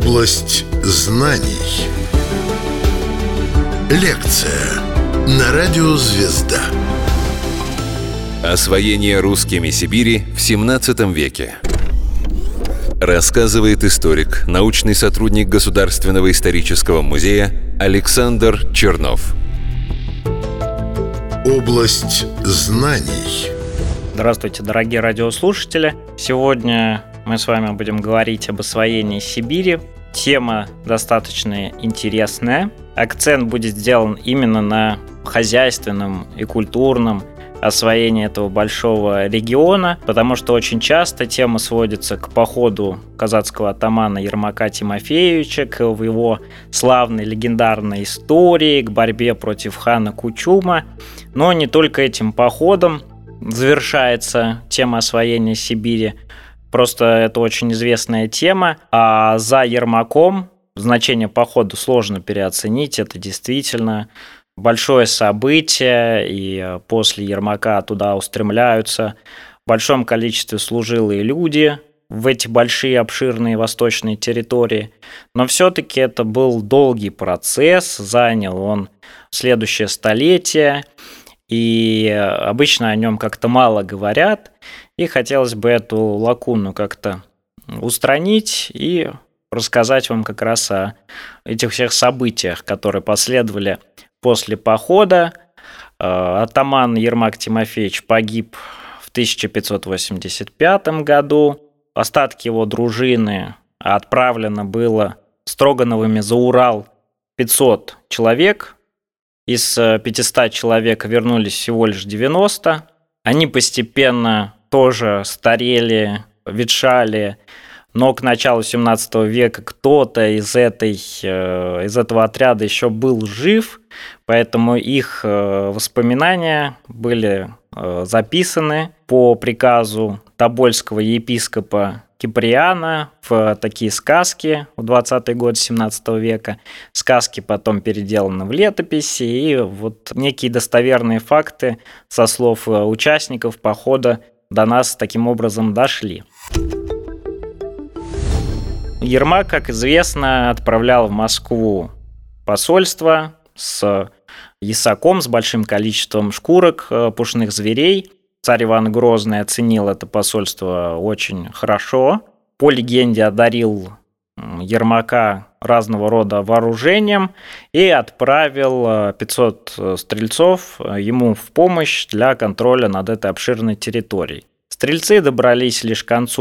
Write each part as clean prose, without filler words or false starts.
Область знаний. Лекция на радио «Звезда». Освоение русскими Сибири в XVII веке. Рассказывает историк, научный сотрудник Государственного исторического музея Александр Чернов. Область знаний. Здравствуйте, дорогие радиослушатели! Сегодня мы с вами будем говорить об освоении Сибири. Тема достаточно интересная. Акцент будет сделан именно на хозяйственном и культурном освоении этого большого региона, потому что очень часто тема сводится к походу казацкого атамана Ермака Тимофеевича, к его славной легендарной истории, к борьбе против хана Кучума. Но не только этим походом завершается тема освоения Сибири. Просто это очень известная тема, а за Ермаком значение похода сложно переоценить. Это действительно большое событие, и после Ермака туда устремляются в большом количестве служилые люди в эти большие обширные восточные территории. Но все-таки это был долгий процесс, занял он следующее столетие, и обычно о нем как-то мало говорят, и хотелось бы эту лакуну как-то устранить и рассказать вам как раз о этих всех событиях, которые последовали после похода. Атаман Ермак Тимофеевич погиб в 1585 году. Остатки его дружины отправлено было Строгановыми за Урал 500 человек. Из 500 человек вернулись всего лишь 90. Они постепенно тоже старели, ветшали, но к началу 17 века кто-то из этого отряда еще был жив, поэтому их воспоминания были записаны по приказу тобольского епископа Киприана в такие сказки в 20-е годы 17 века. Сказки потом переделаны в летописи, и вот некие достоверные факты со слов участников похода до нас таким образом дошли. Ермак, как известно, отправлял в Москву посольство с ясаком, с большим количеством шкурок пушных зверей. Царь Иван Грозный оценил это посольство очень хорошо. По легенде, одарил Ермака разного рода вооружением и отправил 500 стрельцов ему в помощь для контроля над этой обширной территорией. Стрельцы добрались лишь к концу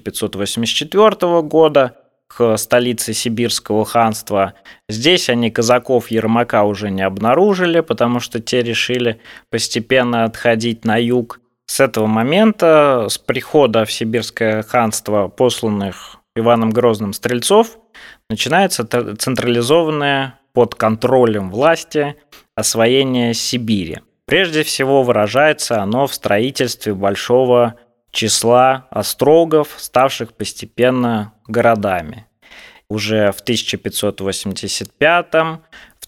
1584 года к столице Сибирского ханства. Здесь они казаков Ермака уже не обнаружили, потому что те решили постепенно отходить на юг. С этого момента, с прихода в Сибирское ханство посланных Иваном Грозным стрельцов, начинается централизованное под контролем власти освоение Сибири. Прежде всего выражается оно в строительстве большого числа острогов, ставших постепенно городами. Уже в 1585, в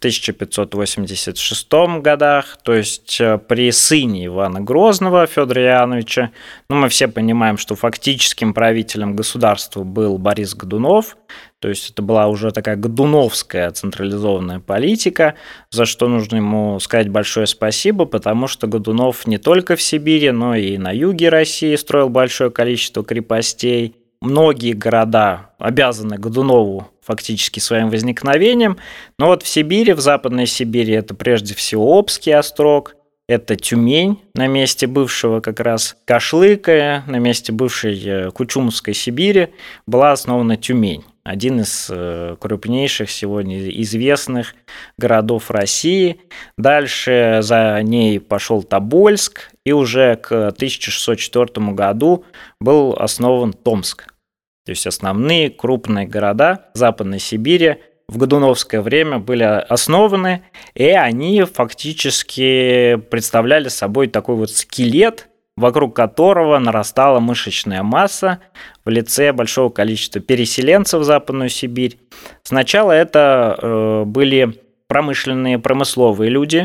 1586 годах, то есть при сыне Ивана Грозного, Федора Иоанновича, мы все понимаем, что фактическим правителем государства был Борис Годунов, то есть это была уже такая годуновская централизованная политика, за что нужно ему сказать большое спасибо, потому что Годунов не только в Сибири, но и на юге России строил большое количество крепостей. Многие города обязаны Годунову фактически своим возникновением, но вот в Сибири, в Западной Сибири, это прежде всего Обский острог, это Тюмень на месте бывшего как раз Кашлыка, на месте бывшей Кучумовской Сибири была основана Тюмень, один из крупнейших сегодня известных городов России. Дальше за ней пошел Тобольск, и уже к 1604 году был основан Томск. То есть основные крупные города Западной Сибири в годуновское время были основаны, и они фактически представляли собой такой вот скелет, вокруг которого нарастала мышечная масса в лице большого количества переселенцев в Западную Сибирь. Сначала это были промысловые люди,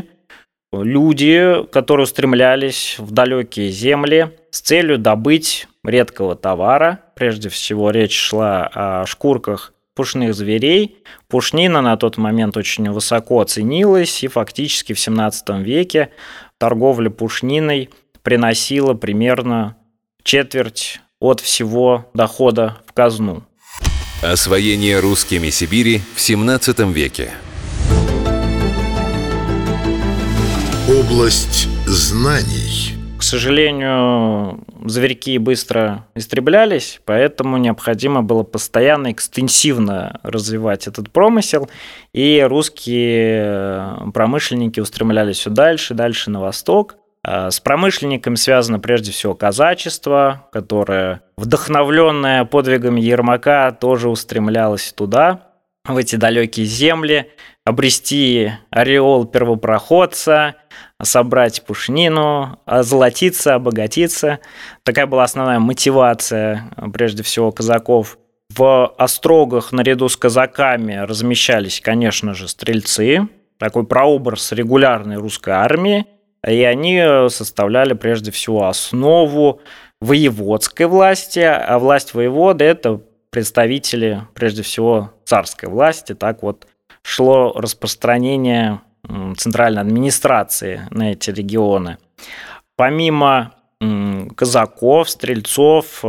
которые устремлялись в далекие земли с целью добыть редкого товара. Прежде всего речь шла о шкурках пушных зверей. Пушнина на тот момент очень высоко ценилась, и фактически в 17 веке торговля пушниной приносила примерно четверть от всего дохода в казну. Освоение русскими Сибири в 17 веке. Область знаний. К сожалению, зверьки быстро истреблялись, поэтому необходимо было постоянно, экстенсивно развивать этот промысел, и русские промышленники устремлялись все дальше, дальше на восток. С промышленниками связано прежде всего казачество, которое, вдохновленное подвигами Ермака, тоже устремлялось туда, в эти далекие земли, обрести ореол первопроходца, собрать пушнину, озолотиться, обогатиться. Такая была основная мотивация, прежде всего, казаков. В острогах наряду с казаками размещались, конечно же, стрельцы, такой прообраз регулярной русской армии, и они составляли, прежде всего, основу воеводской власти, а власть воеводы – это представители, прежде всего, царской власти. Так вот шло распространение центральной администрации на эти регионы. Помимо казаков, стрельцов,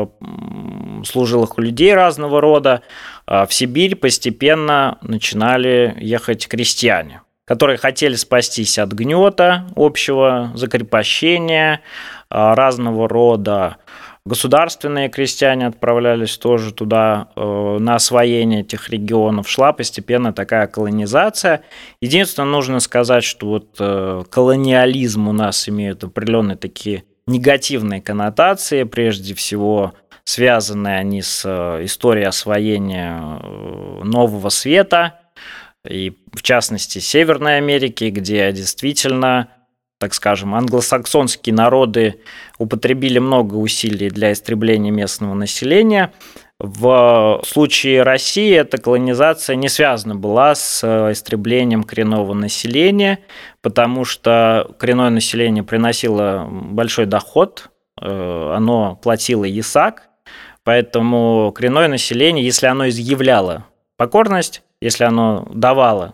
служилых людей разного рода, в Сибирь постепенно начинали ехать крестьяне, которые хотели спастись от гнета, общего закрепощения, разного рода. Государственные крестьяне отправлялись тоже туда на освоение этих регионов. Шла постепенно такая колонизация. Единственное, нужно сказать, что вот колониализм у нас имеет определенные такие негативные коннотации, прежде всего связанные они с историей освоения Нового Света, и в частности Северной Америки, где действительно, так скажем, англосаксонские народы употребили много усилий для истребления местного населения. В случае России эта колонизация не связана была с истреблением коренного населения, потому что коренное население приносило большой доход, оно платило ясак, поэтому коренное население, если оно изъявляло покорность, если оно давало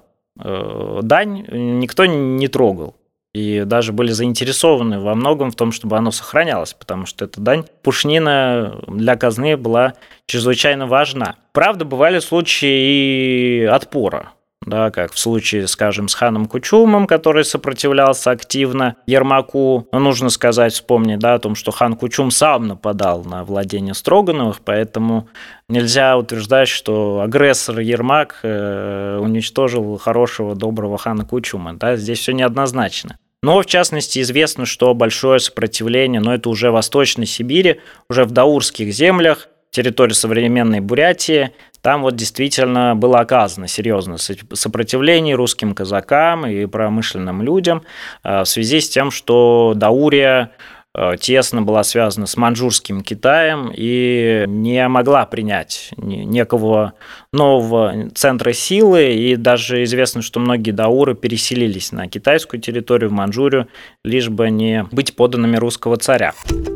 дань, никто не трогал. И даже были заинтересованы во многом в том, чтобы оно сохранялось, потому что эта дань, пушнина для казны была чрезвычайно важна. Правда, бывали случаи и отпора, да, как в случае, скажем, с ханом Кучумом, который сопротивлялся активно Ермаку. Но нужно сказать, вспомнить, да, о том, что хан Кучум сам нападал на владение Строгановых, поэтому нельзя утверждать, что агрессор Ермак уничтожил хорошего, доброго хана Кучума. Да, здесь все неоднозначно. Но, в частности, известно, что большое сопротивление, но это уже в Восточной Сибири, уже в даурских землях, территории современной Бурятии, там вот действительно было оказано серьезное сопротивление русским казакам и промышленным людям в связи с тем, что Даурия тесно была связана с маньчжурским Китаем и не могла принять некого нового центра силы, и даже известно, что многие дауры переселились на китайскую территорию, в Маньчжурию, лишь бы не быть подданными русского царя.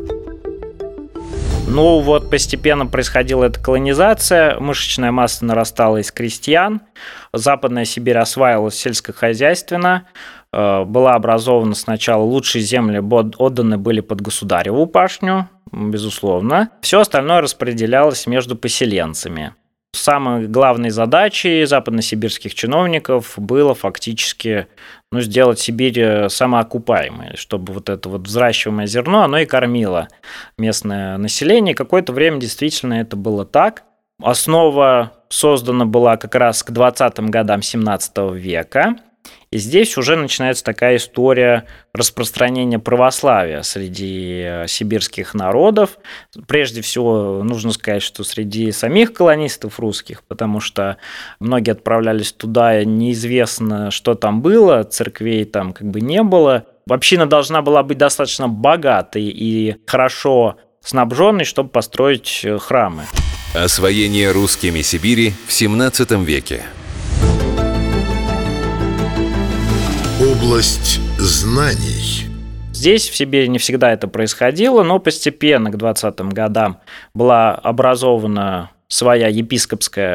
Ну вот постепенно происходила эта колонизация, мышечная масса нарастала из крестьян, Западная Сибирь осваивалась сельскохозяйственно, была образована сначала, лучшие земли отданы были под государеву пашню, безусловно. Все остальное распределялось между поселенцами. Самой главной задачей западносибирских чиновников было фактически сделать Сибирь самоокупаемой, чтобы вот это вот взращиваемое зерно, оно и кормило местное население. Какое-то время действительно это было так. Основа создана была как раз к 20-м годам 17 века. И здесь уже начинается такая история распространения православия среди сибирских народов. Прежде всего, нужно сказать, что среди самих колонистов русских, потому что многие отправлялись туда, неизвестно, что там было, церквей там как бы не было. Община должна была быть достаточно богатой и хорошо снабженной, чтобы построить храмы. Освоение русскими Сибири в 17 веке. Область знаний. Здесь, в Сибири, не всегда это происходило, но постепенно к 20-м годам была образована своя епископская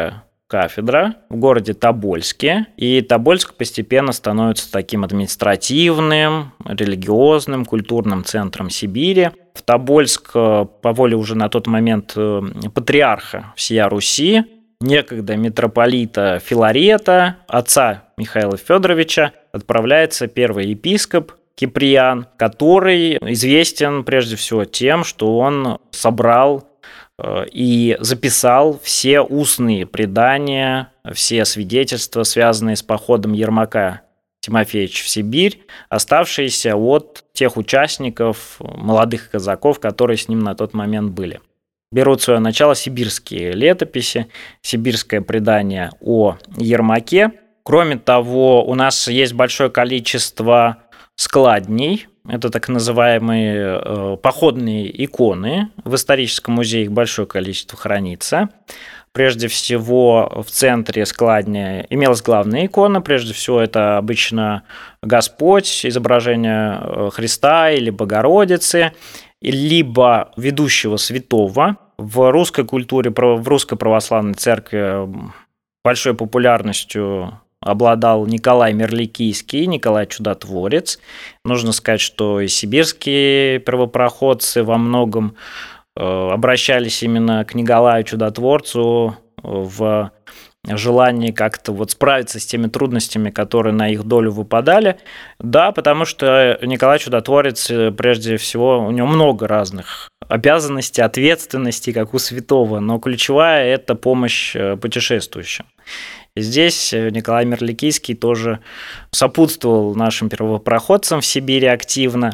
кафедра в городе Тобольске, и Тобольск постепенно становится таким административным, религиозным, культурным центром Сибири. В Тобольск по воле уже на тот момент патриарха всея Руси, некогда митрополита Филарета, отца Михаила Федоровича, отправляется первый епископ Киприан, который известен прежде всего тем, что он собрал и записал все устные предания, все свидетельства, связанные с походом Ермака Тимофеевича в Сибирь, оставшиеся от тех участников, молодых казаков, которые с ним на тот момент были. Берут свое начало сибирские летописи, сибирское предание о Ермаке. Кроме того, у нас есть большое количество складней. Это так называемые походные иконы. В историческом музее их большое количество хранится. Прежде всего, в центре складня имелась главная икона. Прежде всего, это обычно Господь, изображение Христа или Богородицы, либо ведущего святого. В русской культуре, в русской православной церкви большой популярностью обладал Николай Мерликийский, Николай Чудотворец. Нужно сказать, что и сибирские первопроходцы во многом обращались именно к Николаю Чудотворцу в желании как-то вот справиться с теми трудностями, которые на их долю выпадали. Да, потому что Николай Чудотворец, прежде всего, у него много разных обязанностей, ответственностей, как у святого, но ключевая – это помощь путешествующим. И здесь Николай Мерликийский тоже сопутствовал нашим первопроходцам в Сибири активно.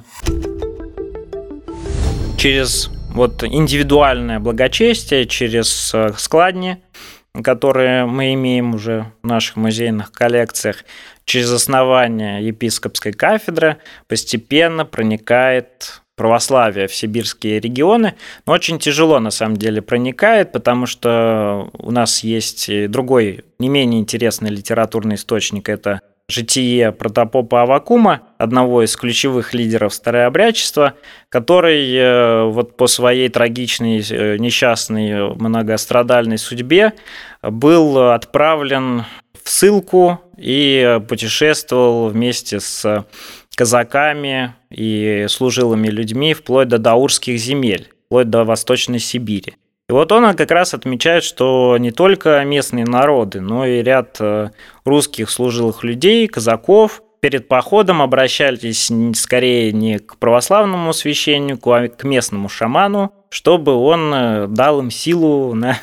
Через вот индивидуальное благочестие, через складни, которые мы имеем уже в наших музейных коллекциях, через основание епископской кафедры постепенно проникает православие в сибирские регионы, но очень тяжело на самом деле проникает, потому что у нас есть другой, не менее интересный литературный источник, это житие протопопа Аввакума, одного из ключевых лидеров старообрядчества, который вот по своей трагичной, несчастной, многострадальной судьбе был отправлен в ссылку и путешествовал вместе с казаками и служилыми людьми вплоть до даурских земель, вплоть до Восточной Сибири. И вот он как раз отмечает, что не только местные народы, но и ряд русских служилых людей, казаков, перед походом обращались скорее не к православному священнику, а к местному шаману, чтобы он дал им силу на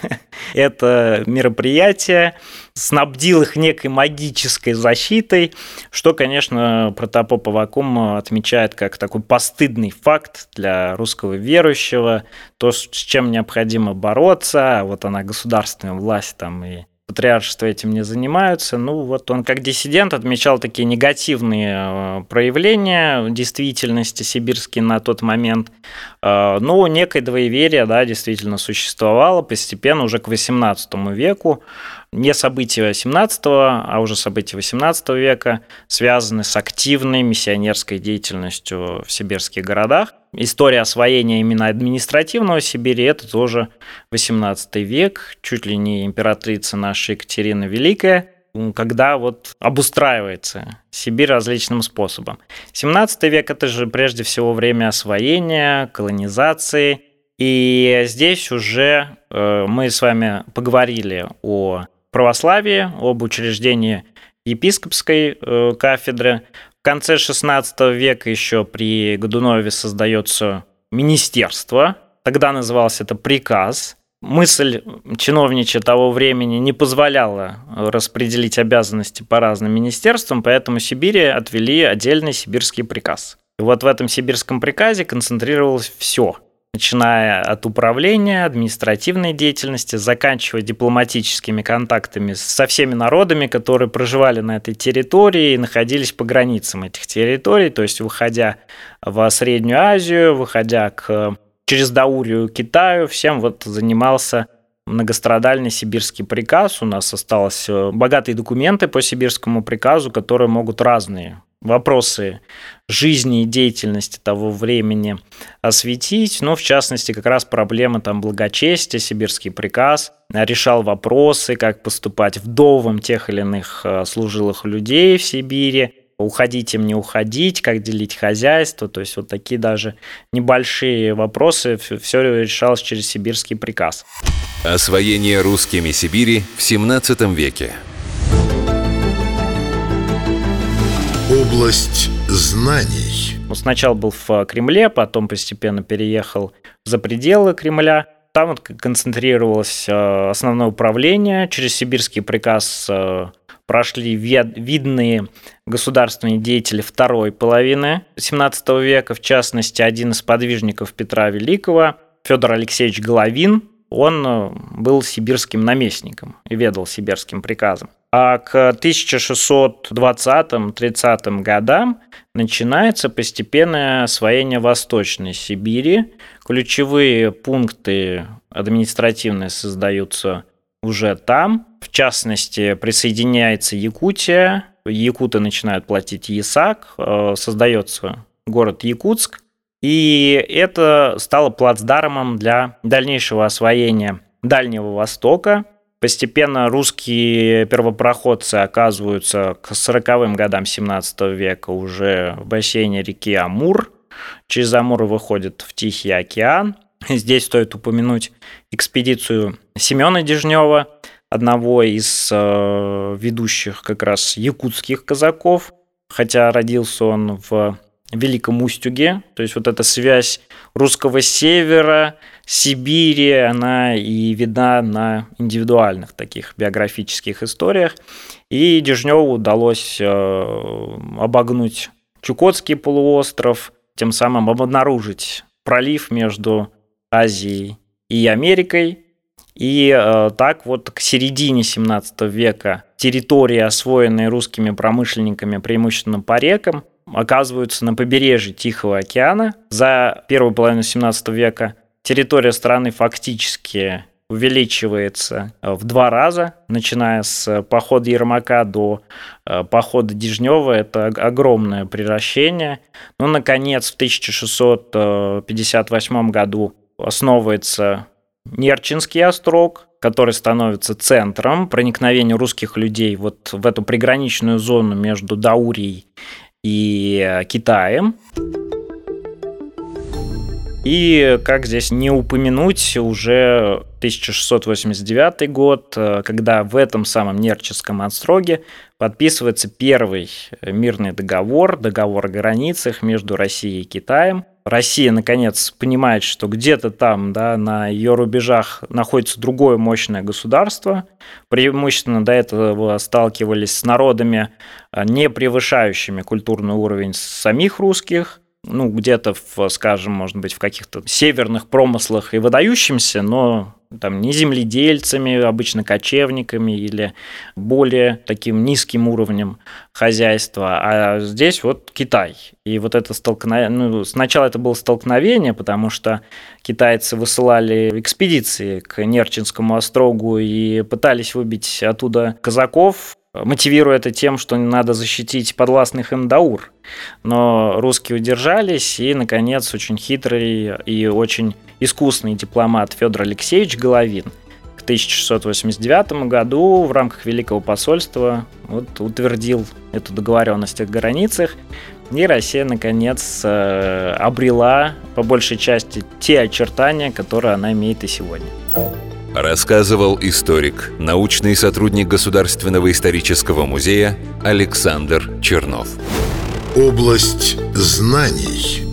это мероприятие, снабдил их некой магической защитой, что, конечно, протопоп Аввакум отмечает как такой постыдный факт для русского верующего, то, с чем необходимо бороться, вот она, государственная власть там и патриаршество этим не занимаются. Ну, вот он как диссидент отмечал такие негативные проявления действительности сибирской на тот момент. Но некое двоеверие, да, действительно существовало постепенно уже к XVIII веку. Не события XVII, а уже события XVIII века связаны с активной миссионерской деятельностью в сибирских городах. История освоения именно административного Сибири – это тоже XVIII век, чуть ли не императрица наша Екатерина Великая, когда вот обустраивается Сибирь различным способом. XVII век – это же прежде всего время освоения, колонизации. И здесь уже мы с вами поговорили о православии, об учреждении епископской кафедры. В конце XVI века еще при Годунове создается министерство. Тогда называлось это приказ. Мысль чиновничья того времени не позволяла распределить обязанности по разным министерствам, поэтому Сибири отвели отдельный сибирский приказ. И вот в этом сибирском приказе концентрировалось все, начиная от управления, административной деятельности, заканчивая дипломатическими контактами со всеми народами, которые проживали на этой территории и находились по границам этих территорий, то есть выходя в Среднюю Азию, выходя через Даурию к Китаю, всем вот занимался многострадальный сибирский приказ. У нас осталось богатые документы по сибирскому приказу, которые могут разные вопросы жизни и деятельности того времени осветить, но в частности как раз проблемы там благочестия, сибирский приказ, решал вопросы, как поступать вдовам тех или иных служилых людей в Сибири, уходить им, не уходить, как делить хозяйство. То есть вот такие даже небольшие вопросы, все решалось через сибирский приказ. Освоение русскими Сибири в XVII веке. Область знаний. Сначала был в Кремле, потом постепенно переехал за пределы Кремля. Там вот концентрировалось основное управление. Через сибирский приказ прошли видные государственные деятели второй половины XVII века, в частности, один из подвижников Петра Великого, Федор Алексеевич Головин. Он был сибирским наместником и ведал сибирским приказом. А к 1620-30 годам начинается постепенное освоение Восточной Сибири. Ключевые пункты административные создаются уже там. В частности, присоединяется Якутия. Якуты начинают платить ясак. Создается город Якутск. И это стало плацдармом для дальнейшего освоения Дальнего Востока. Постепенно русские первопроходцы оказываются к 40-м годам 17 века уже в бассейне реки Амур. Через Амур выходят в Тихий океан. Здесь стоит упомянуть экспедицию Семена Дежнева, одного из ведущих как раз якутских казаков, хотя родился он в Великом Устюге. То есть вот эта связь русского севера, Сибири, она и видна на индивидуальных таких биографических историях. И Дежневу удалось обогнуть Чукотский полуостров, тем самым обнаружить пролив между Азией и Америкой. И так вот к середине 17 века территории, освоенные русскими промышленниками преимущественно по рекам, оказываются на побережье Тихого океана. За первую половину 17 века территория страны фактически увеличивается в 2 раза, начиная с похода Ермака до похода Дежнева. Это огромное приращение. Но, наконец, в 1658 году основывается Нерчинский острог, который становится центром проникновения русских людей вот в эту приграничную зону между Даурьей и Китаем. И, как здесь не упомянуть, уже 1689 год, когда в этом самом Нерчинском остроге подписывается первый мирный договор о границах между Россией и Китаем. Россия, наконец, понимает, что где-то там, да, на ее рубежах находится другое мощное государство. Преимущественно до этого сталкивались с народами, не превышающими культурный уровень самих русских. Где-то, скажем, может быть, в каких-то северных промыслах и выдающимся, но там не земледельцами, обычно кочевниками или более таким низким уровнем хозяйства, а здесь вот Китай. И вот это столкновение, сначала это было столкновение, потому что китайцы высылали экспедиции к Нерчинскому острогу и пытались выбить оттуда казаков, мотивируя это тем, что надо защитить подвластных им даур. Но русские удержались, и, наконец, очень хитрый и очень искусный дипломат Федор Алексеевич Головин к 1689 году в рамках Великого посольства утвердил эту договоренность о границах, и Россия, наконец, обрела по большей части те очертания, которые она имеет и сегодня. Рассказывал историк, научный сотрудник Государственного исторического музея Александр Чернов. Область знаний.